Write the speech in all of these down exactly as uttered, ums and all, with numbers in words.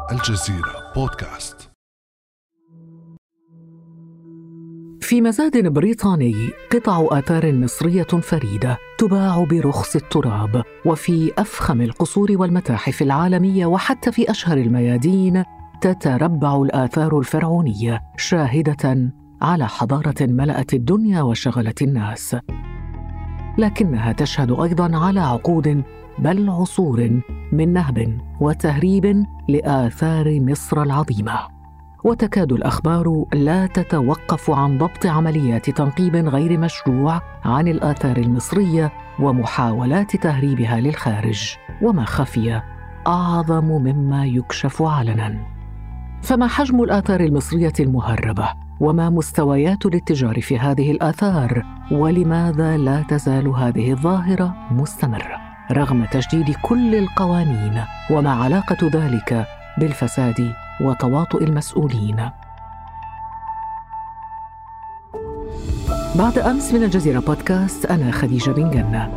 الجزيرة بودكاست. في مزاد بريطاني قطع آثار مصرية فريدة تباع برخص التراب، وفي أفخم القصور والمتاحف العالمية وحتى في أشهر الميادين تتربع الآثار الفرعونية شاهدة على حضارة ملأت الدنيا وشغلت الناس، لكنها تشهد أيضاً على عقود بل عصور من نهب وتهريب لآثار مصر العظيمة. وتكاد الأخبار لا تتوقف عن ضبط عمليات تنقيب غير مشروع عن الآثار المصرية ومحاولات تهريبها للخارج، وما خفي أعظم مما يكشف علناً. فما حجم الآثار المصرية المهربة؟ وما مستويات الاتجار في هذه الآثار؟ ولماذا لا تزال هذه الظاهرة مستمرة رغم تجديد كل القوانين؟ وما علاقة ذلك بالفساد وتواطؤ المسؤولين؟ بعد أمس من الجزيرة بودكاست، أنا خديجة بن جنة.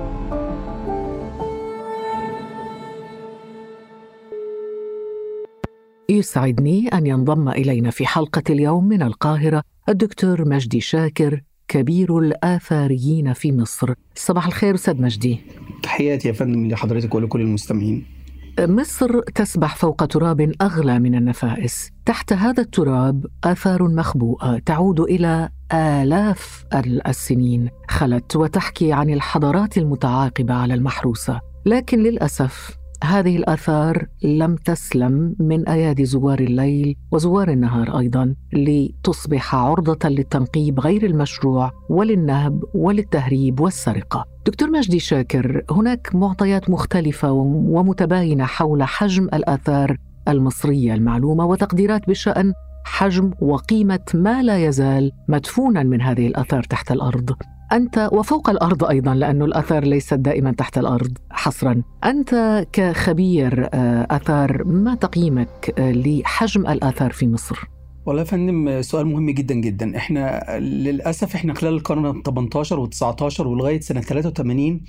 يسعدني أن ينضم إلينا في حلقة اليوم من القاهرة الدكتور مجدي شاكر، كبير الآثاريين في مصر. صباح الخير أستاذ مجدي. تحياتي يا فندم لحضرتك ولكل المستمعين. مصر تسبح فوق تراب أغلى من النفائس. تحت هذا التراب آثار مخبوءة تعود إلى آلاف السنين خلت، وتحكي عن الحضارات المتعاقبة على المحروسة. لكن للأسف هذه الآثار لم تسلم من أيادي زوار الليل وزوار النهار أيضاً، لتصبح عرضة للتنقيب غير المشروع وللنهب وللتهريب والسرقة. دكتور مجدي شاكر، هناك معطيات مختلفة ومتباينة حول حجم الآثار المصرية المعلومة، وتقديرات بشأن حجم وقيمة ما لا يزال مدفوناً من هذه الآثار تحت الأرض. أنت وفوق الأرض أيضاً، لأن الآثار ليست دائماً تحت الأرض حصراً. أنت كخبير آثار، ما تقييمك لحجم الآثار في مصر؟ والله يا فندم سؤال مهم جدا جدا. احنا للأسف احنا خلال القرن ثمانية عشر وتسعة عشر ولغاية سنة ثلاثة وثمانين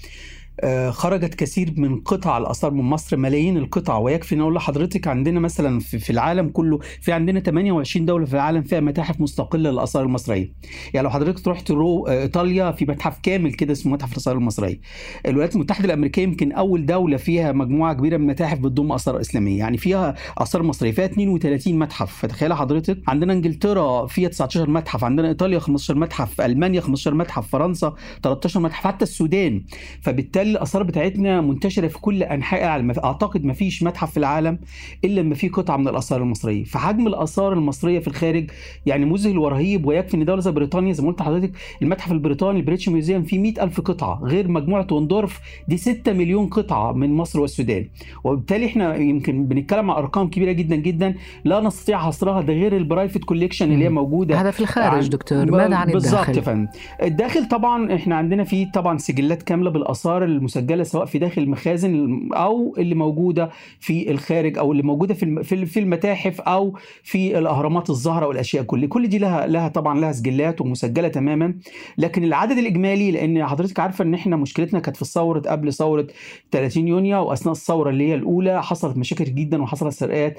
خرجت كثير من قطع الآثار من مصر، ملايين القطع. ويكفي نقول لحضرتك عندنا مثلا في العالم كله، في عندنا ثمانية وعشرين دولة في العالم فيها متاحف مستقلة للآثار المصرية. يعني لو حضرتك رحت رو إيطاليا في متحف كامل كده اسمه متحف الآثار المصرية. الولايات المتحدة الأمريكية يمكن أول دولة فيها مجموعة كبيرة من المتاحف بتضم آثار إسلامية، يعني فيها آثار مصرية، فيها اثنين وثلاثين متحف. فتخيل حضرتك، عندنا إنجلترا فيها تسعة عشر متحف، عندنا إيطاليا خمسة عشر متحف، ألمانيا خمسة عشر متحف، فرنسا ثلاثة عشر متحف، حتى السودان. فبالتالي الآثار بتاعتنا منتشرة في كل أنحاء العالم. أعتقد ما فيش متحف في العالم إلا ما فيه قطعة من الآثار المصرية. فحجم الآثار المصرية في الخارج يعني مذهل ورهيب. ويكفي إن دولة زي بريطانيا، زي ما قلت لحضرتك، المتحف البريطاني البريتش ميوزيوم فيه مئة ألف قطعة، غير مجموعة وندورف دي ستة مليون قطعة من مصر والسودان. وبالتالي إحنا يمكن بنتكلم عن أرقام كبيرة جدا جدا لا نستطيع حصرها. ده غير البرايفت كوليكشن اللي هي موجودة. هذا في الخارج دكتور، ماذا عن الداخل؟ بالضبط فهم. الداخل طبعا إحنا عندنا فيه طبعا سجلات كاملة بالآثار المسجلة، سواء في داخل المخازن او اللي موجوده في الخارج، او اللي موجوده في في المتاحف، او في الاهرامات الزهراء والاشياء كل كل دي لها لها طبعا لها سجلات ومسجله تماما. لكن العدد الاجمالي، لان حضرتك عارفه ان احنا مشكلتنا كانت في الثوره قبل ثوره ثلاثين يونيو، واثناء الثوره اللي هي الاولى حصلت مشاكل جدا وحصلت سرقات.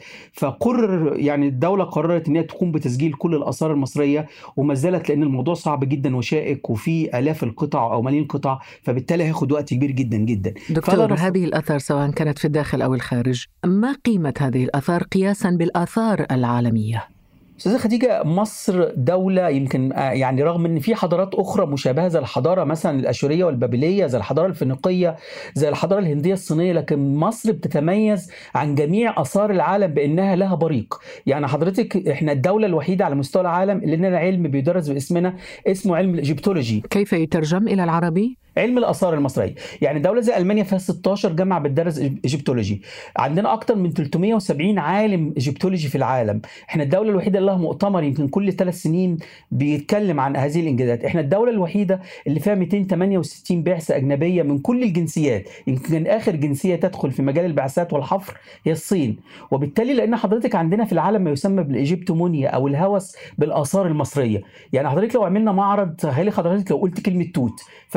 فقرر يعني الدوله قررت ان هي تقوم بتسجيل كل الاثار المصريه، وما زالت، لان الموضوع صعب جدا وشائك وفي الاف القطع او ملايين القطع، فبالتالي هياخد وقت كبير جدا جدا. دكتور، هذه الآثار سواء كانت في الداخل أو الخارج، ما قيمة هذه الآثار قياساً بالآثار العالمية؟ أستاذة خديجة، مصر دولة يمكن يعني رغم أن في حضارات أخرى مشابهة زي الحضارة مثلا الأشورية والبابلية، زي الحضارة الفينيقية، زي الحضارة الهندية الصينية، لكن مصر بتتميز عن جميع آثار العالم بأنها لها بريق. يعني حضرتك إحنا الدولة الوحيدة على مستوى العالم اللي لنا علم بيدرس باسمنا، اسمه علم الإيجيبتولوجي. كيف يترجم إلى العربي؟ علم الآثار المصرية. يعني دولة زي ألمانيا فيها ستة عشر جامعة بتدرس إيجيبتولوجي. عندنا أكتر من ثلاثمئة وسبعين عالم إيجيبتولوجي في العالم. إحنا الدولة الوحيدة اللي لها مؤتمر يمكن كل ثلاث سنين بيتكلم عن هذه الإنجازات. إحنا الدولة الوحيدة اللي فيها مئتين وثمانية وستين بعثة أجنبية من كل الجنسيات. يمكن آخر جنسية تدخل في مجال البعثات والحفر هي الصين. وبالتالي لأن حضرتك عندنا في العالم ما يسمى بالإيجيبتومونيا أو الهوس بالآثار المصرية. يعني حضرتك لو عملنا معرض، هل حضرتك لو قلت كلمة توت، فتوت عنخ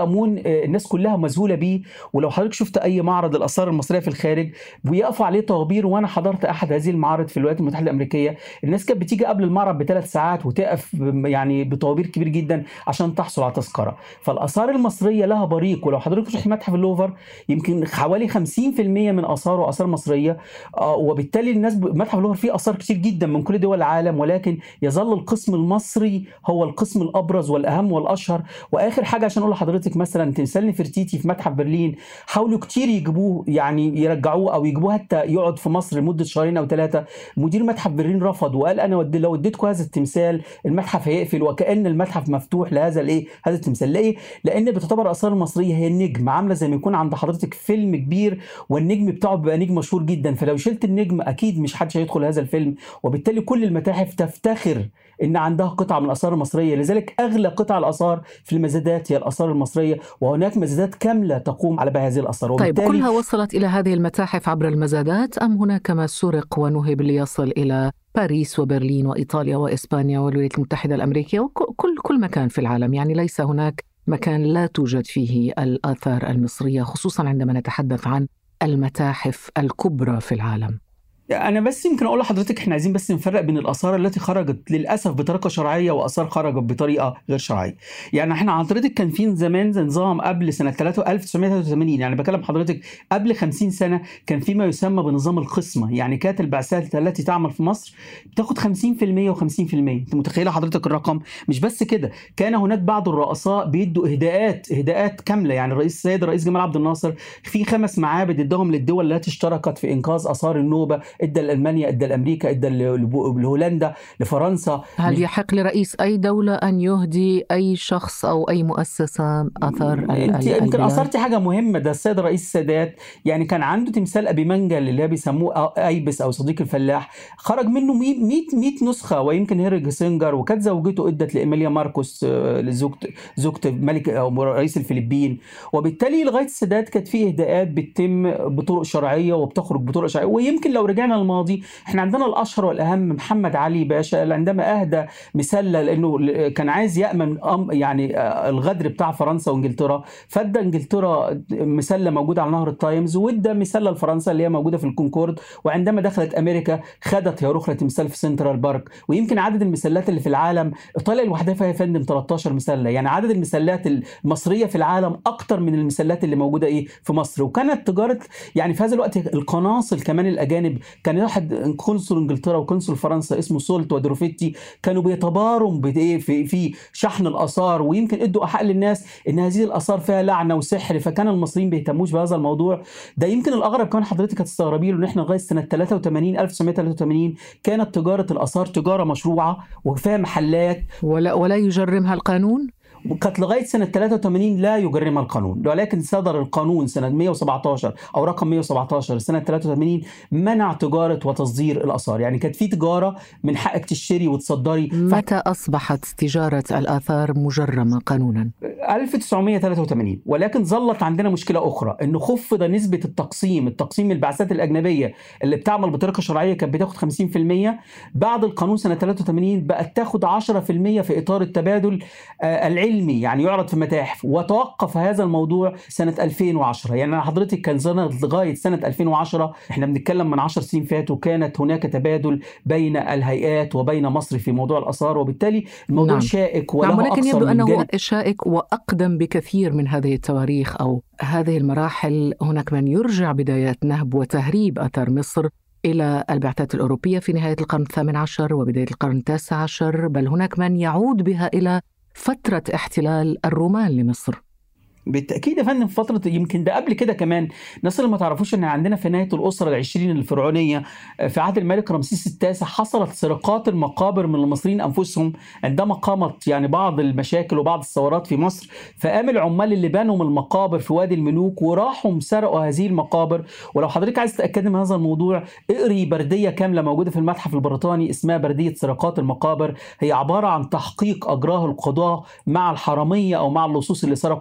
آمون الناس كلها مذهولة بيه، ولو حضرتك شفت أي معرض الآثار المصرية في الخارج بيقفوا عليه طوابير، وأنا حضرت أحد هذه المعارض في الولايات المتحدة الأمريكية، الناس كانت بتيجي قبل المعرض بثلاث ساعات وتقف يعني بطوابير كبير جدا عشان تحصل على تذكرة. فالآثار المصرية لها بريق، ولو حضرتك رحت متحف اللوفر يمكن حوالي خمسين في المية من آثاره آثار مصرية، آه وبالتالي الناس ب... متحف اللوفر فيه آثار كتير جدا من كل دول العالم، ولكن يظل القسم المصري هو القسم الأبرز والأهم والأشهر. وآخر حاجة عشان أقول لحضرتك، مثلا تمثال نفرتيتي في متحف برلين حاولوا كتير يجيبوه، يعني يرجعوه أو يجيبوه حتى يقعد في مصر لمدة شهرين أو ثلاثة. مدير متحف برلين رفض وقال أنا ودي لو اديتكم هذا التمثال المتحف هيقفل، وكأن المتحف مفتوح لهذا الإيه هذا التمثال. ليه؟ لأن بتعتبر الآثار المصرية هي النجم، عاملة زي ما يكون عند حضرتك فيلم كبير والنجم بتاعه بيبقى نجم مشهور جدا، فلو شلت النجم أكيد مش حدش هيدخل هذا الفيلم. وبالتالي كل المتاحف تفتخر إن عندها قطعة من الآثار المصرية، لذلك أغلى قطع الآثار في المزادات هي الآثار المصرية، وهناك مزادات كاملة تقوم على بيع هذه الآثار. طيب كلها وصلت إلى هذه المتاحف عبر المزادات، أم هناك ما سرق ونهب ليصل إلى باريس وبرلين وإيطاليا وإسبانيا والولايات المتحدة الأمريكية وكل كل مكان في العالم؟ يعني ليس هناك مكان لا توجد فيه الآثار المصرية، خصوصا عندما نتحدث عن المتاحف الكبرى في العالم. أنا بس يمكن أقول لحضرتك إحنا عايزين بس نفرق بين الآثار التي خرجت للأسف بطريقة شرعية وآثار خرجت بطريقة غير شرعية. يعني إحنا حضرتك كان في زمان نظام قبل سنة ألف وتسعمائة وثلاثة وثمانين، يعني بكلم حضرتك قبل خمسين سنة، كان في ما يسمى بنظام القسمة. يعني كانت البعثات التي تعمل في مصر بتاخد خمسين في المية وخمسين في المية. أنت متخيلة حضرتك الرقم؟ مش بس كده، كان هناك بعض الرؤساء بيدوا إهداءات إهداءات كاملة. يعني الرئيس السيد الرئيس جمال عبد الناصر في خمس معابد ادهم للدول التي اشتركت في إنقاذ آثار النوبة، ادى لألمانيا، ادى لامريكا، ادى لهولندا، لفرنسا. هل يحق لرئيس اي دوله ان يهدي اي شخص او اي مؤسسه اثار؟ انت يمكن اثرتي حاجه مهمه، ده السيد الرئيس السادات يعني كان عنده تمثال ابي منجل اللي بيسموه ايبس او صديق الفلاح، خرج منه مية مية نسخه، ويمكن هيري جيسنجر وكانت زوجته ادت لإيميليا ماركوس لزوجته زوجته ملك او رئيس الفلبين. وبالتالي لغايه السادات كانت فيه اهداءات بتتم بطرق شرعيه وبتخرج بطرق شرعيه. ويمكن لو رجعنا للماضي احنا عندنا الاشهر والاهم محمد علي باشا عندما اهدى مسله لانه كان عايز يامن يعني الغدر بتاع فرنسا وانجلترا، فادى انجلترا مسله موجوده على نهر التايمز، وادى مسله لفرنسا اللي هي موجوده في الكونكورد. وعندما دخلت امريكا خدت هي اخرى تمثال في سنترال بارك. ويمكن عدد المسلات اللي في العالم ايطاليا لوحدها فيها يا فندم ثلاثة عشر مسله، يعني عدد المسلات المصريه في العالم اكتر من المسلات اللي موجوده ايه في مصر. وكانت تجاره يعني في هذا الوقت القناصل كمان الاجانب، كان واحد قنصل انجلترا وقنصل فرنسا اسمه سولت ودروفيتي كانوا بيتباروا بايه في في شحن الاثار، ويمكن ادوا احق للناس ان هذه الاثار فيها لعنه وسحر، فكان المصريين بيهتموش بهذا الموضوع. ده يمكن الاغرب كمان حضرتك هتستغربي له ان احنا لغايه سنه ثلاثة وثمانين ألف وتسعمائة وثلاثة وثمانين كانت تجاره الاثار تجاره مشروعه وفيها محلات ولا ولا يجرمها القانون. وكانت لغايه سنه ثلاثة وثمانين لا يجرمها القانون، ولكن صدر القانون سنه مئة وسبعة عشر او رقم مئة وسبعة عشر سنه ثلاثة وثمانين منع تجاره وتصدير الاثار. يعني كانت في تجاره من حقك تشتري وتصدري. متى اصبحت تجاره الاثار مجرمه قانونا؟ ألف وتسعمائة وثلاثة وثمانين. ولكن ظلت عندنا مشكله اخرى، انه خفض نسبه التقسيم التقسيم البعثات الاجنبيه اللي بتعمل بطريقه شرعيه كانت بتاخد خمسين في المية، بعد القانون سنه ثلاثة وثمانين بقت تاخد عشرة في المية في اطار التبادل آه العلمي، يعني يعرض في متاحف. وتوقف هذا الموضوع سنه ألفين وعشرة. يعني حضرتك كان لغايه سنه ألفين وعشرة، احنا بنتكلم من عشر سنين فاتوا، كانت هناك تبادل بين الهيئات وبين مصر في موضوع الاثار، وبالتالي الموضوع نعم. شائك وله نعم، ولكن أكثر يبدو من انه جانب. شائك واقدم بكثير من هذه التواريخ او هذه المراحل. هناك من يرجع بدايات نهب وتهريب اثار مصر إلى البعثات الأوروبية في نهاية القرن الثامن عشر وبداية القرن التاسع عشر، بل هناك من يعود بها إلى فترة احتلال الرومان لمصر. بالتأكيد يا فندم، فترة يمكن ده قبل كده كمان. الناس اللي ما تعرفوش ان عندنا في نهاية الأسرة العشرين الفرعونية في عهد الملك رمسيس التاسع حصلت سرقات المقابر من المصريين أنفسهم عندما قامت يعني بعض المشاكل وبعض الثورات في مصر، فقام العمال اللي بنوا المقابر في وادي الملوك وراحوا سرقوا هذه المقابر. ولو حضرتك عايز تتأكد من هذا الموضوع اقري بردية كاملة موجودة في المتحف البريطاني اسمها بردية سرقات المقابر. هي عبارة عن تحقيق أجراه القضاة مع الحرامية أو مع اللصوص اللي سرقوا هذه المقابر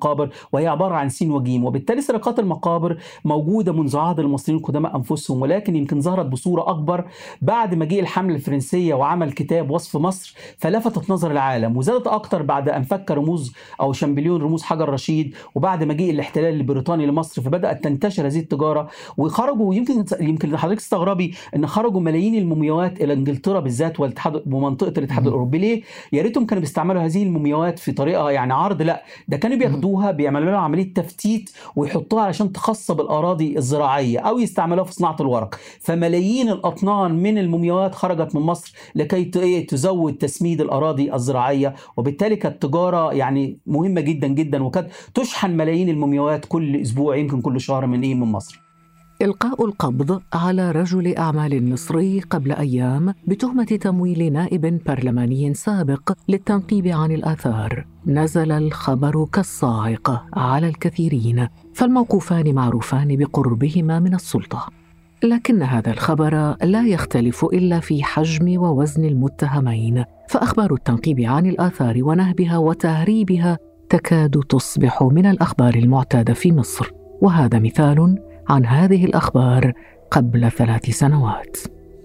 المقابر، وهي عبارة عن سين وجيم. وبالتالي سرقات المقابر موجودة منذ عهد المصريين القدماء أنفسهم، ولكن يمكن ظهرت بصورة أكبر بعد ما جه الحملة الفرنسية وعمل كتاب وصف مصر فلفتت نظر العالم، وزادت أكتر بعد أن فك رموز أو شامبليون رموز حجر رشيد، وبعد ما جه الاحتلال البريطاني لمصر فبدأت تنتشر هذه التجارة. وخرجوا يمكن يمكن حضرتك تستغربي ان خرجوا ملايين المومياوات الى انجلترا بالذات والاتحاد ومنطقه الاتحاد الاوروبي. ليه؟ يا ريتهم كانوا بيستعملوا هذه المومياوات في طريقه يعني عرض، لا ده كانوا بياخدوها بيعملوا لها عمليه تفتيت ويحطوها علشان تخصب الاراضي الزراعيه او يستعملوها في صناعه الورق. فملايين الاطنان من المومياوات خرجت من مصر لكي تزود تسميد الاراضي الزراعيه، وبالتالي كانت تجاره يعني مهمه جدا جدا، وكانت تشحن ملايين المومياوات كل اسبوع يمكن كل شهر من ايه من مصر. إلقاء القبض على رجل أعمال مصري قبل أيام بتهمة تمويل نائب برلماني سابق للتنقيب عن الآثار. نزل الخبر كالصاعقة على الكثيرين، فالموقوفان معروفان بقربهما من السلطة. لكن هذا الخبر لا يختلف إلا في حجم ووزن المتهمين، فأخبار التنقيب عن الآثار ونهبها وتهريبها تكاد تصبح من الأخبار المعتادة في مصر. وهذا مثال عن هذه الأخبار قبل ثلاث سنوات.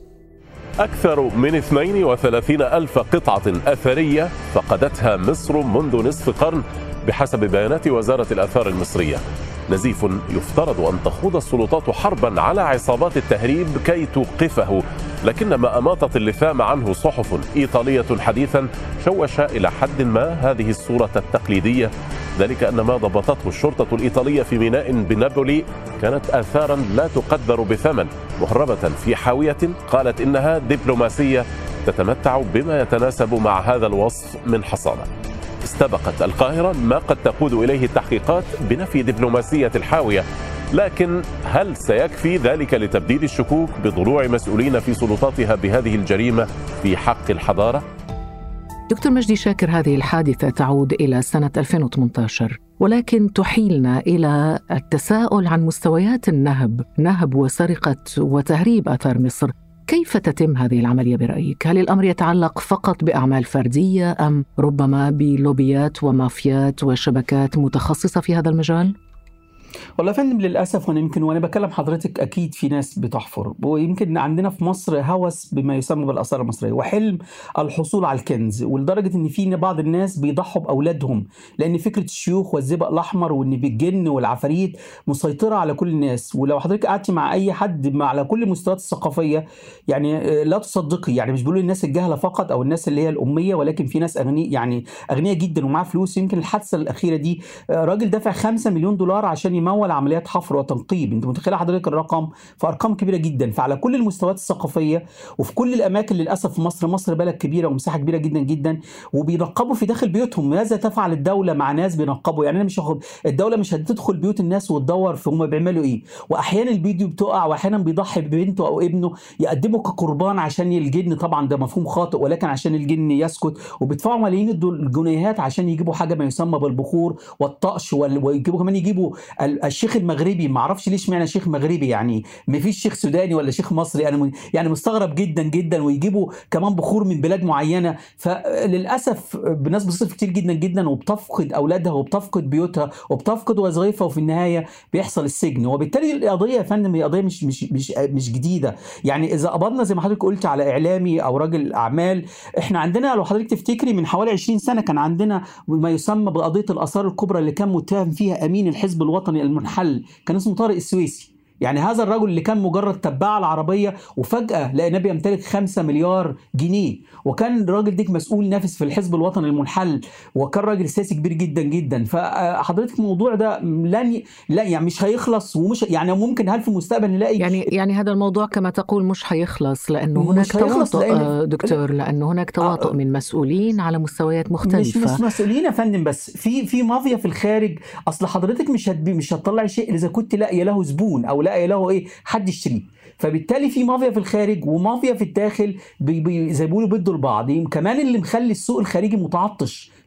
أكثر من اثنين وثلاثين ألف قطعة أثرية فقدتها مصر منذ نصف قرن بحسب بيانات وزارة الآثار المصرية. نزيف يفترض أن تخوض السلطات حربا على عصابات التهريب كي توقفه، لكن ما أماطت اللثام عنه صحف إيطالية حديثا شوش إلى حد ما هذه الصورة التقليدية، ذلك أن ما ضبطته الشرطة الإيطالية في ميناء بنابولي كانت آثارا لا تقدر بثمن مهربة في حاوية قالت إنها دبلوماسية تتمتع بما يتناسب مع هذا الوصف من حصانة. استبقت القاهرة ما قد تقود إليه التحقيقات بنفي دبلوماسية الحاوية، لكن هل سيكفي ذلك لتبديد الشكوك بضلوع مسؤولين في سلطاتها بهذه الجريمة في حق الحضارة؟ دكتور مجدي شاكر، هذه الحادثة تعود إلى سنة ألفين وثمانية عشر، ولكن تحيلنا إلى التساؤل عن مستويات النهب نهب وسرقة وتهريب آثار مصر. كيف تتم هذه العملية برأيك؟ هل الأمر يتعلق فقط بأعمال فردية أم ربما بلوبيات ومافيات وشبكات متخصصة في هذا المجال؟ والله يا فندم للأسف، وأنا يمكن وأنا بكلم حضرتك أكيد في ناس بتحفر، ويمكن عندنا في مصر هوس بما يسمى بالآثار المصرية وحلم الحصول على الكنز، ولدرجة إن في بعض الناس بيضحوا بأولادهم، لأن فكرة الشيوخ والزئبق الأحمر وإن بالجن والعفاريت مسيطرة على كل الناس. ولو حضرتك قعدتي مع أي حد مع على كل المستويات الثقافية يعني لا تصدقي، يعني مش بيقولوا الناس الجهلة فقط أو الناس اللي هي الأمية، ولكن في ناس أغنياء يعني أغنياء جدا ومعاه فلوس. يمكن الحادثة الأخيرة دي راجل دفع خمسة مليون دولار عشان يمول عمليات حفر وتنقيب. انت متخيله حضرتك الرقم؟ فارقام كبيره جدا. فعلى كل المستويات الثقافيه وفي كل الاماكن للاسف في مصر مصر بلد كبيره ومساحه كبيره جدا جدا، وبينقبوا في داخل بيوتهم. ماذا تفعل الدوله مع ناس بينقبوا؟ يعني انا مش هاخد الدوله مش هتدخل بيوت الناس وتدور في هم بيعملوا ايه، واحيانا الفيديو بتقع واحيانا بيضحي ببنته او ابنه يقدمه كقربان عشان الجن. طبعا ده مفهوم خاطئ، ولكن عشان الجن يسكت، وبيدفعوا ملايين الجنيهات عشان يجيبوا حاجه ما يسمى بالبخور والطقش، ويجيبوا كمان يجيبوا الشيخ المغربي. ما اعرفش ليش معنى شيخ مغربي، يعني ما فيش شيخ سوداني ولا شيخ مصري، انا يعني مستغرب جدا جدا. ويجيبوا كمان بخور من بلاد معينه. فللاسف الناس بتصرف كتير جدا جدا وبتفقد اولادها وبتفقد بيوتها وبتفقد وظائفها، وفي النهايه بيحصل السجن. وبالتالي القضيه يا فندم هي قضيه مش مش مش مش جديده. يعني اذا قبضنا زي ما حضرتك قلت على اعلامي او راجل اعمال، احنا عندنا لو حضرتك تفتكري من حوالي عشرين سنه كان عندنا ما يسمى بقضيه الاثار الكبرى اللي كان متهم فيها امين الحزب الوطني المنحل، كان اسمه طارق السويسي. يعني هذا الرجل اللي كان مجرد تبع العربية وفجأة لقيناه بيمتلك خمسة مليار جنيه، وكان الراجل ديك مسؤول نافس في الحزب الوطني المنحل، وكان راجل سياسي كبير جدا جدا. فحضرتك الموضوع ده لن ي... لا يعني مش هيخلص، ومش يعني ممكن هل في المستقبل نلاقي يعني يعني هذا الموضوع كما تقول مش هيخلص، لأنه هناك تواطؤ لأن... دكتور لأنه هناك تواطؤ من مسؤولين على مستويات مختلفة. مش مش مسؤولين يا فندم، بس في في مافيا في الخارج. أصل حضرتك مش هتبي مش هتطلع شيء إذا كنت لاقي له زبون أو لاقي له ايه حد يشتريه. فبالتالي في مافيا في الخارج ومافيا في الداخل، بي بي زي ما بيقولوا بدوا البعض. كمان اللي مخلي السوق الخارجي متعطش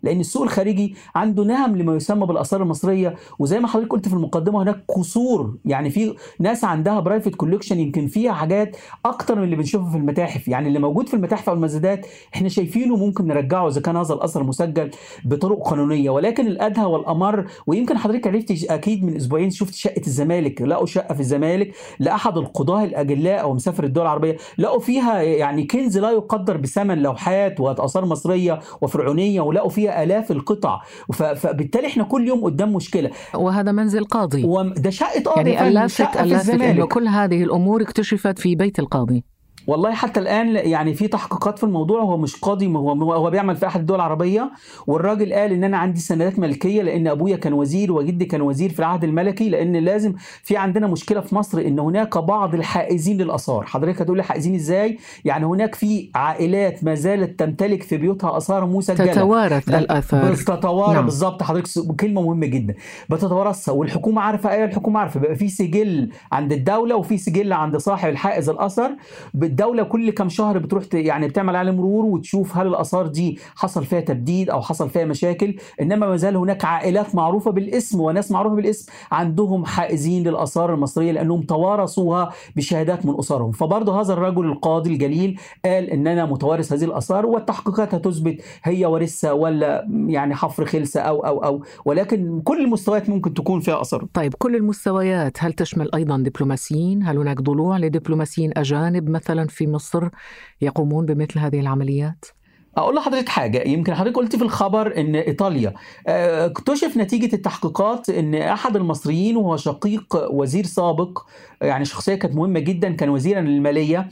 لان السوق الخارجي عنده نهم لما يسمى بالاثار المصريه. وزي ما حضرتك قلت في المقدمه هناك قصور، يعني في ناس عندها برايفت كولكشن يمكن فيها حاجات اكتر من اللي بنشوفه في المتاحف. يعني اللي موجود في المتاحف او المزادات احنا شايفينه ممكن نرجعه اذا كان هذا الاثر مسجل بطرق قانونيه، ولكن الادهى والامر، ويمكن حضرتك عرفت اكيد من اسبوعين شفت شقه الزمالك، لقوا شقه في الزمالك لاحد القضاه الاجلاء او مسافر الدول العربيه، لقوا فيها يعني كنز لا يقدر بثمن، لوحات واثار مصريه وفرعونيه، ولقوا فيها الاف القطع. فبالتالي احنا كل يوم قدام مشكله. وهذا منزل قاضي، وده شقه قاضي، يعني اللافت اللافت انه كل هذه الامور اكتشفت في بيت القاضي. والله حتى الآن يعني في تحقيقات في الموضوع، هو مش قاضي، هو هو بيعمل في أحد الدول العربية، والراجل قال إن أنا عندي سندات ملكية لأن أبويا كان وزير وجدي كان وزير في العهد الملكي، لأن لازم في عندنا مشكلة في مصر إن هناك بعض الحائزين للآثار. حضرتك هتقول لي حائزين إزاي؟ يعني هناك في عائلات ما زالت تمتلك في بيوتها آثار مسجلة، تتوارث الآثار. بتتوارث. نعم. بالظبط، حضرتك كلمة مهمة جدا، بتتوارثها والحكومة عارفة. أيوة الحكومة عارفة، بيبقى في سجل عند الدولة وفي سجل عند صاحب الحائز الأثر. الدولة كل كم شهر بتروح يعني بتعمل عليه مرور وتشوف هل الآثار دي حصل فيها تبديد أو حصل فيها مشاكل. إنما ما زال هناك عائلات معروفة بالاسم وناس معروفة بالاسم عندهم حائزين للآثار المصرية لأنهم توارثوها بشهادات من أسرهم. فبرضه هذا الرجل القاضي الجليل قال إن أنا متوارث هذه الآثار، والتحقيقات هتثبت هي ورثة ولا يعني حفر خلسة أو أو أو ولكن كل المستويات ممكن تكون فيها أثر. طيب كل المستويات هل تشمل أيضا دبلوماسيين؟ هل هناك ضلوع لدبلوماسيين أجانب مثلا في مصر يقومون بمثل هذه العمليات؟ أقول لحضرتك حاجة، يمكن حضرتك قلت في الخبر إن إيطاليا اكتشف نتيجة التحقيقات إن أحد المصريين وهو شقيق وزير سابق، يعني شخصية كانت مهمة جدا، كان وزيرا للمالية،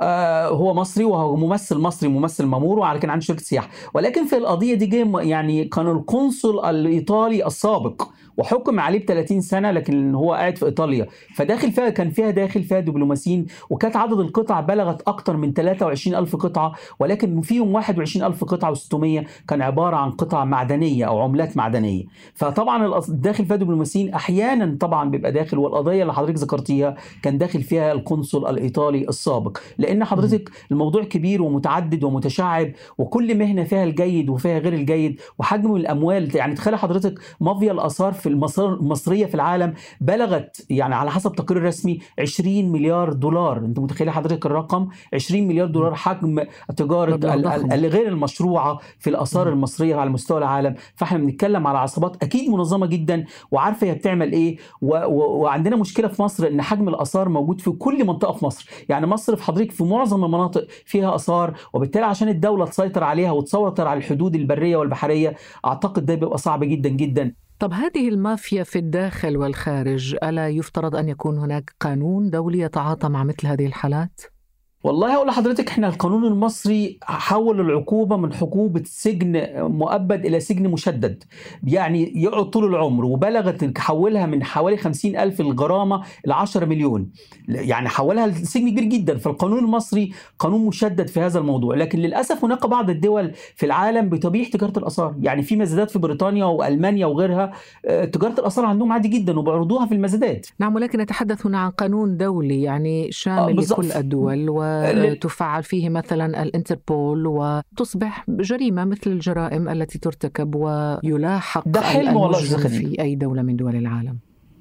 هو مصري وهو ممثل مصري، ممثل مامور، وعلى كان عنده شركة سياحة. ولكن في القضية دي جاي يعني كان القنصل الإيطالي السابق وحكم عليه بثلاثين سنة، لكن هو قاعد في إيطاليا. فداخل فيها كان فيها داخل فيها دبلوماسيين، وكانت عدد القطع بلغت أكثر من ثلاثة وعشرين ألف قطعة، ولكن فيهم واحد وعشرين ألف قطعة وستمية كان عبارة عن قطع معدنية أو عملات معدنية. فطبعا داخل فيها دبلوماسيين أحيانا طبعا بيبقى داخل، والقضية اللي حضرتك ذكرتيها كان داخل فيها القنصل الإيطالي السابق. لأن حضرتك الموضوع كبير ومتعدد ومتشعب، وكل مهنة فيها الجيد وفيها غير الجيد، وحجم الأموال. يعني تخيل حضرتك مافيا الآثار في المصرية في العالم بلغت يعني على حسب تقرير رسمي عشرين مليار دولار. انت متخيل حضرتك الرقم؟ عشرين مليار دولار حجم تجارة الغير المشروعة في الآثار المصرية على مستوى العالم. فاحنا بنتكلم على عصابات أكيد منظمة جدا وعارفة هي بتعمل إيه. و... و... وعندنا مشكلة في مصر إن حجم الآثار موجود في كل منطقة في مصر. يعني مصر في حضرتك في معظم المناطق فيها آثار، وبالتالي عشان الدولة تسيطر عليها وتسيطر على الحدود البرية والبحرية أعتقد ده بيبقى صعب جدا جدا. طب هذه المافيا في الداخل والخارج، ألا يفترض أن يكون هناك قانون دولي يتعاطى مع مثل هذه الحالات؟ والله أقول لحضرتك إحنا القانون المصري حول العقوبة من عقوبة سجن مؤبد إلى سجن مشدد، يعني يقعد طول العمر، وبلغت حولها من حوالي خمسين ألف الغرامة إلى عشرة مليون، يعني حولها لسجن كبير جدا. فالقانون المصري قانون مشدد في هذا الموضوع. لكن للأسف هناك بعض الدول في العالم بتبيح تجارة الآثار، يعني في مزادات في بريطانيا وألمانيا وغيرها تجارة الآثار عندهم عادي جدا وبيعرضوها في المزادات. نعم، ولكن نتحدث هنا عن قانون دولي يعني شامل آه لكل الدول، و تفعل فيه مثلا الانتربول وتصبح جريمة مثل الجرائم التي ترتكب ويلاحق المجرم في أي دولة من دول العالم.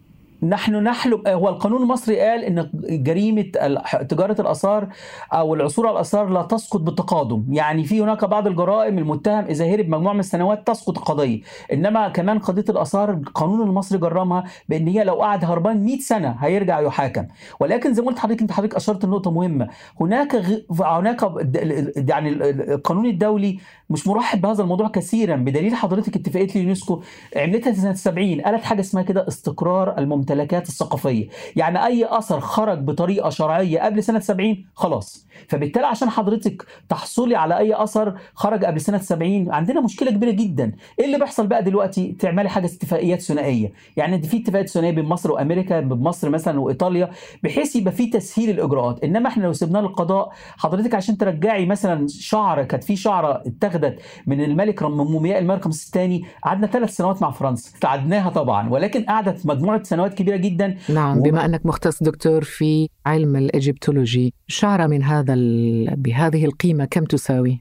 نحن نحلم، هو القانون المصري قال ان جريمه تجاره الاثار او العثور على الاثار لا تسقط بالتقادم، يعني في هناك بعض الجرائم المتهم اذا هرب مجموعه من السنوات تسقط القضيه، انما كمان قضيه الاثار القانون المصري جرمها بان هي لو قعد هربان مئة سنه هيرجع يحاكم. ولكن زي ما قلت حضرتك، انت حضرتك اشرت النقطه مهمه، هناك غ... هناك يعني القانون الدولي مش مرحب بهذا الموضوع كثيرا، بدليل حضرتك اتفاقيه اليونسكو عملتها سنه سبعين قالت حاجه اسمها كده استقرار الممتلكات الثقافيه، يعني اي اثر خرج بطريقه شرعيه قبل سنه سبعين خلاص. فبالتالي عشان حضرتك تحصلي على اي اثر خرج قبل سنه سبعين عندنا مشكله كبيره جدا. ايه اللي بيحصل بقى دلوقتي؟ تعملي حاجه اتفاقيات ثنائيه، يعني في اتفاقيات ثنائيه بين مصر وامريكا، بمصر مثلا وايطاليا، بحيث يبقى في تسهيل الاجراءات. انما احنا لو سيبناه للقضاء حضرتك عشان ترجعي مثلا شعره، كانت في شعره اتخذت من الملك من مومياء الملك رمسيس الثاني، قعدنا ثلاث سنوات مع فرنسا، تعدناها طبعا، ولكن قعدت مجموعه سنوات كبيره جدا. نعم، بما انك مختص دكتور في علم الايجيبتولوجي، شعره من هذا بهذه القيمه كم تساوي؟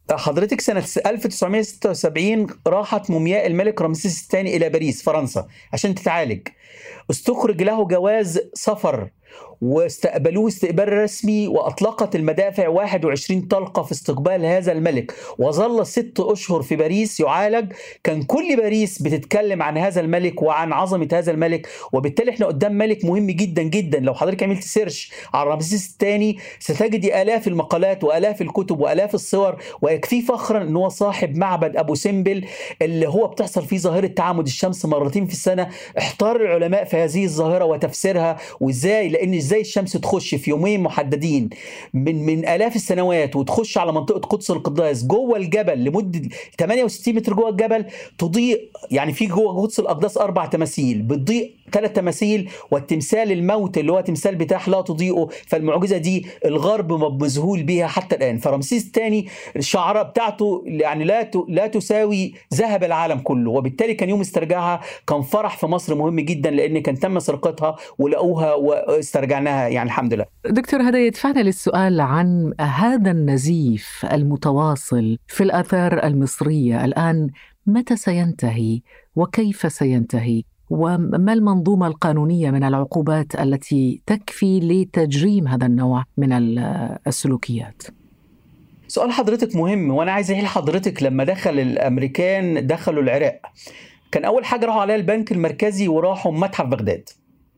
حضرتك سنة ألف وتسعمائة وستة وسبعين راحت مومياء الملك رمسيس الثاني إلى باريس فرنسا عشان تتعالج. استخرج له جواز سفر واستقبلوه استقبال رسمي، وأطلقت المدافع واحد وعشرين طلقة في استقبال هذا الملك، وظل ست أشهر في باريس يعالج. كان كل باريس بتتكلم عن هذا الملك وعن عظمة هذا الملك، وبالتالي احنا قدام ملك مهم جدا جدا. لو حضرتك عملت سيرش على رمسيس الثاني ستجد آلاف المقالات وآلاف الكتب وآلاف الصور، ويكفي فخرا ان هو صاحب معبد أبو سمبل اللي هو بتحصل فيه ظاهرة تعامد الشمس مرتين في السنة. احتار العلماء في هذه الظاهرة وتفسيرها، وازاي لأن ازاي الشمس تخش في يومين محددين من من آلاف السنوات وتخش على منطقة قدس القداس جوه الجبل لمدة ثمانية وستين متر جوه الجبل، تضيء يعني في جوه قدس الأقداس أربع تماثيل، بتضيء ثلاث تماثيل، والتمثال الموت اللي هو تمثال بتاح لا تضيئه. فالمعجزة دي الغرب مذهول بيها حتى الآن. فرمسيس الثاني الشعراء بتاعته يعني لا لا تساوي ذهب العالم كله، وبالتالي كان يوم استرجاعها كان فرح في مصر مهم جدا، لأن كان تم سرقتها ولقوها واسترجعناها يعني الحمد لله. دكتور، هذا يدفعنا للسؤال عن هذا النزيف المتواصل في الآثار المصرية الآن، متى سينتهي وكيف سينتهي؟ وما المنظومة القانونية من العقوبات التي تكفي لتجريم هذا النوع من السلوكيات؟ سؤال حضرتك مهم، وأنا عايز أقول لحضرتك لما دخل الأمريكان دخلوا العراق كان أول حاجة راحوا عليها البنك المركزي وراحوا متحف بغداد،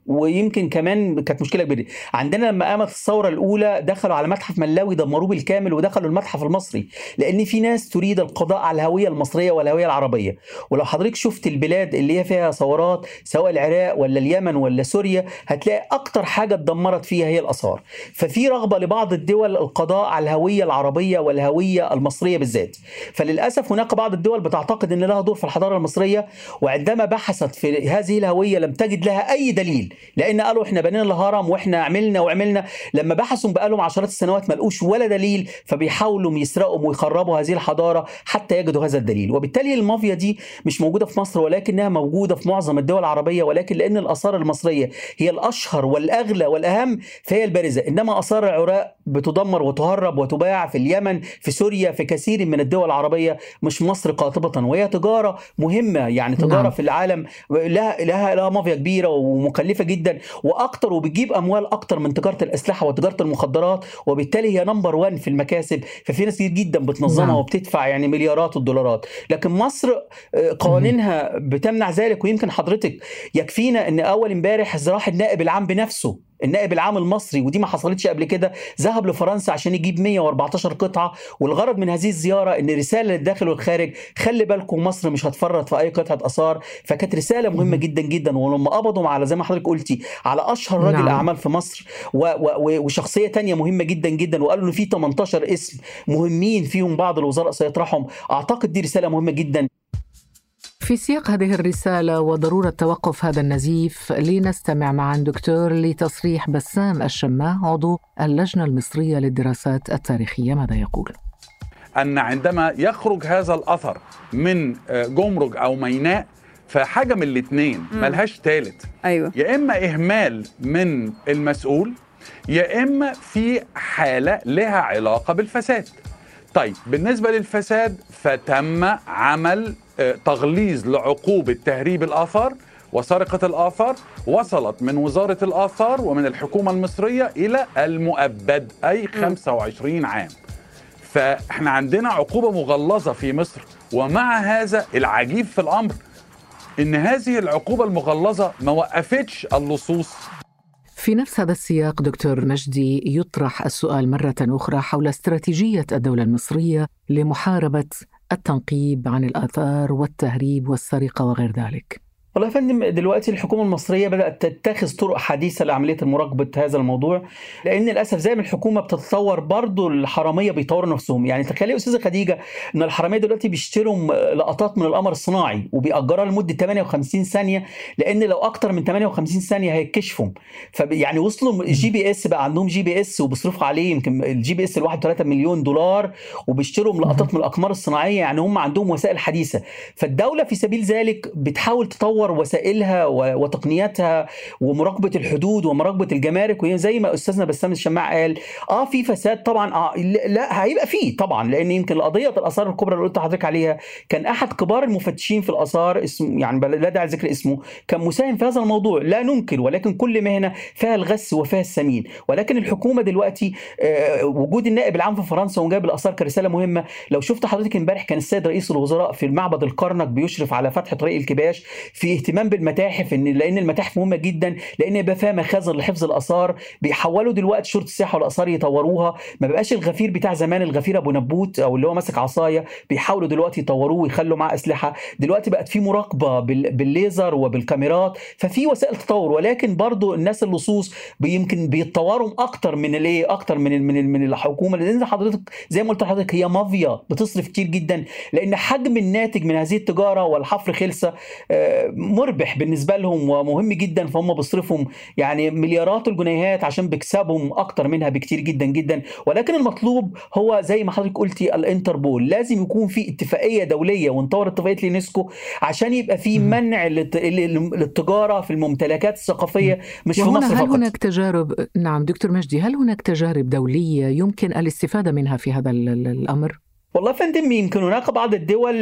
ويمكن كمان كانت مشكله كبيره عندنا لما قامت الثوره الاولى دخلوا على متحف ملاوي دمروه بالكامل ودخلوا المتحف المصري، لان في ناس تريد القضاء على الهويه المصريه والهويه العربيه. ولو حضرتك شفت البلاد اللي هي فيها ثورات سواء العراق ولا اليمن ولا سوريا هتلاقي اكتر حاجه اتدمرت فيها هي الاثار. ففي رغبه لبعض الدول القضاء على الهويه العربيه والهويه المصريه بالذات. فللاسف هناك بعض الدول بتعتقد ان لها دور في الحضاره المصريه، وعندما بحثت في هذه الهويه لم تجد لها اي دليل، لان قالوا احنا بنينا الهرم واحنا عملنا وعملنا. لما بحثوا بقالهم عشرات السنوات ما لقوش ولا دليل، فبيحاولوا يسرقوا ويخربوا هذه الحضاره حتى يجدوا هذا الدليل. وبالتالي المافيا دي مش موجوده في مصر، ولكنها موجوده في معظم الدول العربيه، ولكن لان الاثار المصريه هي الاشهر والاغلى والاهم فهي البارزه. انما اثار العراق بتدمر وتهرب وتباع في اليمن في سوريا في كثير من الدول العربيه، مش مصر قاطبه. وهي تجاره مهمه يعني تجاره نعم. في العالم لها لها لها مافيا كبيره ومكلفه جدا واكتر، وبتجيب اموال اكتر من تجاره الاسلحه وتجاره المخدرات، وبالتالي هي نمبر واحد في المكاسب. ففي ناس كتير جدا بتنظمها نعم. وبتدفع يعني مليارات الدولارات. لكن مصر قوانينها بتمنع ذلك. ويمكن حضرتك يكفينا ان اول امبارح راح النائب العام بنفسه، النائب العام المصري، ودي ما حصلتش قبل كده، ذهب لفرنسا عشان يجيب مئة وأربعتاشر قطعة. والغرض من هذه الزيارة ان رسالة للداخل والخارج، خلي بالكم مصر مش هتفرط في اي قطعة اثار. فكانت رسالة مهمة جدا جدا. ولما قبضوا على زي ما حضرتك قلتي على اشهر راجل نعم. اعمال في مصر و و وشخصية تانية مهمة جدا جدا، وقالوا ان في ثمانية عشر اسم مهمين فيهم بعض الوزراء سيطرحهم، اعتقد دي رسالة مهمة جدا. في سياق هذه الرسالة وضرورة توقف هذا النزيف، لنستمع معا دكتور لتصريح بسام الشماع عضو اللجنة المصرية للدراسات التاريخية. ماذا يقول؟ أن عندما يخرج هذا الأثر من جمرك أو ميناء فحاجة من الاثنين ملهاش ثالث. أيوة. يا إما إهمال من المسؤول، يا إما في حالة لها علاقة بالفساد. طيب بالنسبة للفساد فتم عمل تغليظ لعقوبة تهريب الآثار وسرقة الآثار، وصلت من وزارة الآثار ومن الحكومة المصرية إلى المؤبد أي خمسة وعشرين عام. فإحنا عندنا عقوبة مغلظة في مصر. ومع هذا العجيب في الأمر إن هذه العقوبة المغلظة ما وقفتش اللصوص. في نفس هذا السياق دكتور مجدي، يطرح السؤال مرة أخرى حول استراتيجية الدولة المصرية لمحاربة التنقيب عن الآثار والتهريب والسرقة وغير ذلك. والله يا فندم دلوقتي الحكومة المصرية بدأت تتخذ طرق حديثة لعملية مراقبة هذا الموضوع، لأن للأسف زي ما الحكومة بتتطور برضو الحرامية بيطوروا نفسهم. يعني تخيلي أستاذة خديجة إن الحرامية دلوقتي بيشتروا لقطات من القمر الصناعي وبيأجرها لمدة ثمانية وخمسين ثانية، لأن لو أكتر من ثمانية وخمسين ثانية هيكشفهم. فيعني وصلوا الجي بي إس، بقى عندهم جي بي إس وبيصرفوا عليه يمكن الجي بي إس الواحد ثلاثة مليون دولار، وبيشتروا لقطات من الأقمار الصناعية. يعني هم عندهم وسائل حديثة. فالدولة في سبيل ذلك بتحاول تطور تطور وسائلها وتقنياتها ومراقبه الحدود ومراقبه الجمارك. وزي ما استاذنا بسام الشماع قال اه في فساد طبعا، اه لا هيبقى فيه طبعا، لان يمكن قضيه الاثار الكبرى اللي قلت لحضرتك عليها كان احد كبار المفتشين في الاثار اسمه يعني لا داعي لذكر اسمه كان مساهم في هذا الموضوع. لا ننكر، ولكن كل مهنه فيها الغث وفيها السمين. ولكن الحكومه دلوقتي آه وجود النائب العام في فرنسا وجاب الاثار كرساله مهمه. لو شفت حضرتك امبارح كان السيد رئيس الوزراء في المعبد الكرنك بيشرف على فتح طريق الكباش في اهتمام بالمتاحف، ان لان المتاحف مهمه جدا، لان يبقى فيها مخازن لحفظ الاثار. بيحولوا دلوقتي شرطه السياحه والاثار يطوروها، ما بقاش الغفير بتاع زمان الغفير ابو نبوت او اللي هو ماسك عصايه، بيحاولوا دلوقتي يطوروه ويخلوا معاه اسلحه. دلوقتي بقت في مراقبه بالليزر وبالكاميرات، ففي وسائل تطور. ولكن برضو الناس اللصوص يمكن بيتطوروا اكتر من الايه اكتر من من من الحكومه، لان حضرتك زي ما قلت لحضرتك هي مافيا بتصرف كتير جدا، لان حجم الناتج من هذه التجاره والحفر خلسه مربح بالنسبه لهم ومهم جدا، فهم بيصرفوا يعني مليارات الجنيهات عشان بيكسبهم اكتر منها بكتير جدا جدا. ولكن المطلوب هو زي ما حضرتك قلتي الانتربول، لازم يكون في اتفاقيه دوليه ونطور اتفاقيه اليونسكو عشان يبقى في منع للتجاره في الممتلكات الثقافيه مش في مصر هل فقط. هناك تجارب نعم دكتور مجدي، هل هناك تجارب دوليه يمكن الاستفاده منها في هذا الامر؟ والله فندم يمكن هناك بعض الدول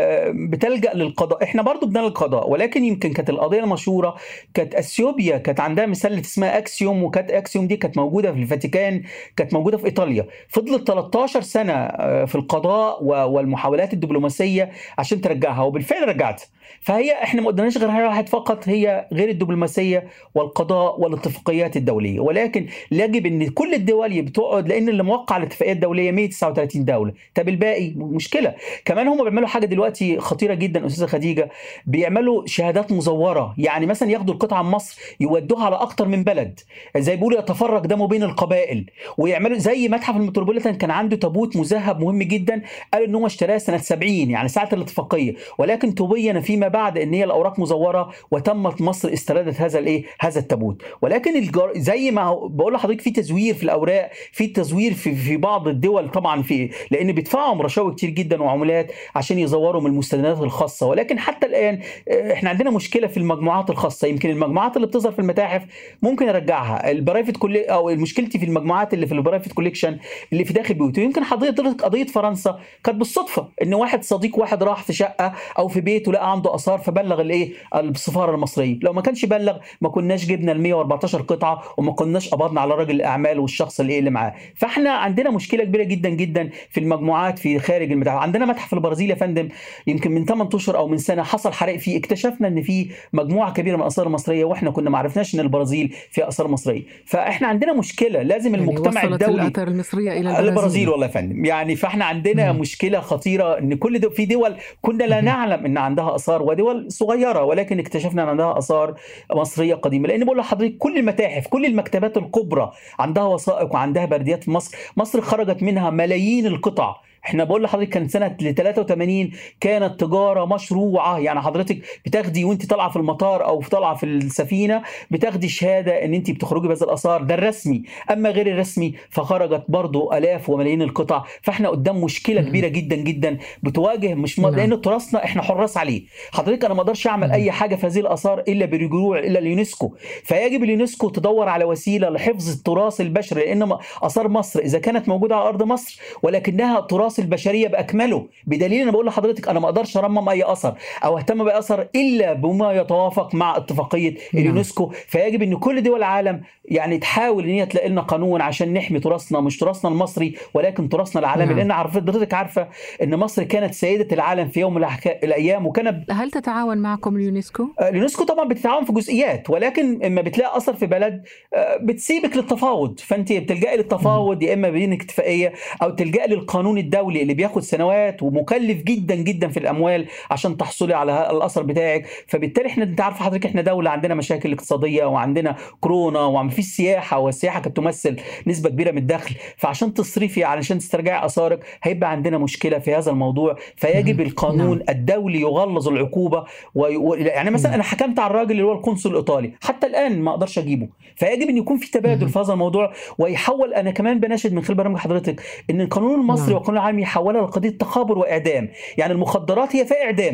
بتلجأ للقضاء، احنا برضو بدنا القضاء، ولكن يمكن كانت القضيه المشهوره كانت اثيوبيا، كانت عندها مسله اسمها اكسيوم، وكانت اكسيوم دي كانت موجوده في الفاتيكان، كانت موجوده في ايطاليا، فضلت ثلاثة عشر سنه في القضاء والمحاولات الدبلوماسيه عشان ترجعها، وبالفعل رجعتها. فهي احنا ما قدرناش غير حاجه واحد فقط، هي غير الدبلوماسيه والقضاء والاتفاقيات الدوليه. ولكن يجب ان كل الدول بتقعد، لان اللي موقع الاتفاقيه الدوليه مئة وتسعة وثلاثين دوله، طب الباقي مشكله. كمان هم بيعملوا حاجه دلوقتي خطيره جدا استاذه خديجه، بيعملوا شهادات مزوره، يعني مثلا ياخدوا القطعه من مصر يودوها على اكتر من بلد، زي بيقولوا يتفرق دمه بين القبائل، ويعملوا زي متحف المتروبوليتان كان عنده تابوت مذهب مهم جدا، قال ان هو اشتراه سنه سبعين يعني ساعه الاتفاقيه، ولكن تبين فيما بعد ان هي الاوراق مزوره وتمت مصر استردت هذا الايه هذا التابوت. ولكن الجر... زي ما بقول لحضرتك في تزوير في الاوراق، في تزوير في في بعض الدول طبعا، في لان بيدفعوا رشاوي كتير جدا وعمولات عشان يزوروا من المستندات الخاصه. ولكن حتى الان احنا عندنا مشكله في المجموعات الخاصه، يمكن المجموعات اللي بتظهر في المتاحف ممكن ارجعها، البرايفت كل او مشكلتي في المجموعات اللي في البرايفت كوليكشن اللي في داخل بيوته. يمكن حضرتك قضيه فرنسا كانت بالصدفه ان واحد صديق واحد راح في شقه او في بيته لقى عنده اثار فبلغ الايه السفاره المصريه، لو ما كانش بلغ ما كناش جبنا ال مئة وأربعة عشر قطعه وما كناش قبضنا على راجل الاعمال والشخص اللي اللي معاه. فاحنا عندنا مشكله كبيره جدا جدا في المجموعات في خارج المتاحف. عندنا متحف البرازيل يا فندم يمكن من ثمانية اشهر او من سنه حصل حريق فيه، اكتشفنا ان في مجموعه كبيره من الاثار المصريه واحنا كنا ما عرفناش ان البرازيل فيها اثار مصريه. فاحنا عندنا مشكله، لازم يعني المجتمع الدولي الاثار المصريه الى البرازيل, البرازيل والله يا فندم يعني. فاحنا عندنا مم. مشكله خطيره ان كل دول في دول كنا لا نعلم ان عندها اثار، ودول صغيره ولكن اكتشفنا ان عندها اثار مصريه قديمه. لان بقول لحضرتك كل المتاحف كل المكتبات الكبرى عندها وثائق وعندها برديات في مصر، مصر خرجت منها ملايين القطع. احنا بقول لحضرتك كان سنه ثلاثة وثمانين كانت تجاره مشروعه، يعني حضرتك بتاخدي وانت طالعه في المطار او طالعه في السفينه بتاخدي شهاده ان انت بتخرجي بهذا الاثار، ده الرسمي. اما غير الرسمي فخرجت برضو الاف وملايين القطع. فاحنا قدام مشكله كبيره جدا جدا بتواجه، مش م... لان تراثنا احنا حراس عليه. حضرتك انا ما اقدرش اعمل اي حاجه في هذه الاثار الا برجوع الى اليونسكو، فيجب اليونسكو تدور على وسيله لحفظ التراث البشري، لان اثار مصر اذا كانت موجوده على ارض مصر ولكنها تراث البشريه باكمله. بدليل انا بقول لحضرتك انا ما اقدرش ارمم اي اثر او اهتم باي اثر الا بما يتوافق مع اتفاقيه اليونسكو. فيجب ان كل دول العالم يعني تحاول ان هي تلاقي لنا قانون عشان نحمي تراثنا، مش تراثنا المصري ولكن تراثنا العالمي. لان عارفه حضرتك عارفه ان مصر كانت سيده العالم في يوم من الايام. وكان هل تتعاون معكم اليونسكو؟ اليونسكو طبعا بتتعاون في جزئيات، ولكن اما بتلاقي اثر في بلد بتسيبك للتفاوض، فانت بتلجئي للتفاوض يا اما بينك اتفاقيه او تلجئي للقانون الدولي اللي بياخد سنوات ومكلف جدا جدا في الاموال عشان تحصلي على الاثر بتاعك. فبالتالي احنا انت عارفه حضرتك احنا دوله عندنا مشاكل اقتصاديه وعندنا كورونا وما فيش سياحه، والسياحه كانت تمثل نسبه كبيره من الدخل، فعشان تصرفي علشان تسترجعي اثارك هيبقى عندنا مشكله في هذا الموضوع. فيجب القانون الدولي يغلظ العقوبه و... يعني مثلا انا حكمت على الراجل اللي هو القنصل الايطالي حتى الان ما اقدرش اجيبه، فيجب ان يكون في تبادل في هذا الموضوع ويحول. انا كمان بناشد من خلال برنامج حضرتك ان القانون المصري والقانون العالمي يحولها لقضيه تخابر واعدام، يعني المخدرات هي فيها اعدام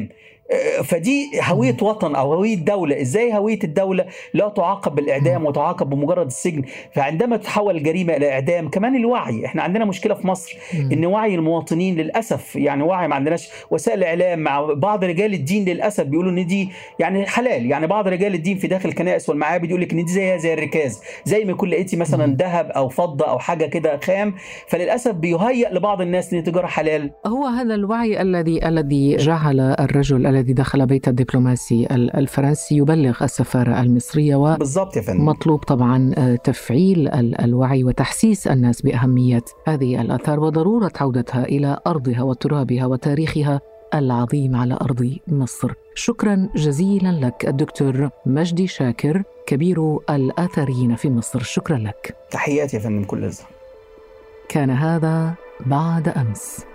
فدي هوية وطن أو هوية دولة. إزاي هوية الدولة لا تعاقب بالإعدام وتعاقب بمجرد السجن؟ فعندما تتحول الجريمة إلى إعدام، كمان الوعي. إحنا عندنا مشكلة في مصر إن وعي المواطنين للأسف يعني وعي، ما عندناش وسائل الإعلام. مع بعض رجال الدين للأسف بيقولوا إن دي يعني حلال، يعني بعض رجال الدين في داخل الكنائس والمعابد يقول لك إن دي زي زي الركاز، زي ما يكون لقيتي مثلا ذهب أو فضة أو حاجة كده خام، فللأسف بيهيأ لبعض الناس إن تجارة حلال. هو هذا الوعي الذي الذي جعل الرجل الذي دخل بيت الدبلوماسي الفرنسي يبلغ السفارة المصرية، و بالضبط يا فندم. مطلوب طبعا تفعيل الوعي وتحسيس الناس بأهمية هذه الآثار وضرورة عودتها إلى أرضها وترابها وتاريخها العظيم على أرض مصر. شكرا جزيلا لك الدكتور مجدي شاكر، كبير الآثاريين في مصر. شكرا لك. تحياتي يا فندم، كل الزهر. كان هذا بعد أمس.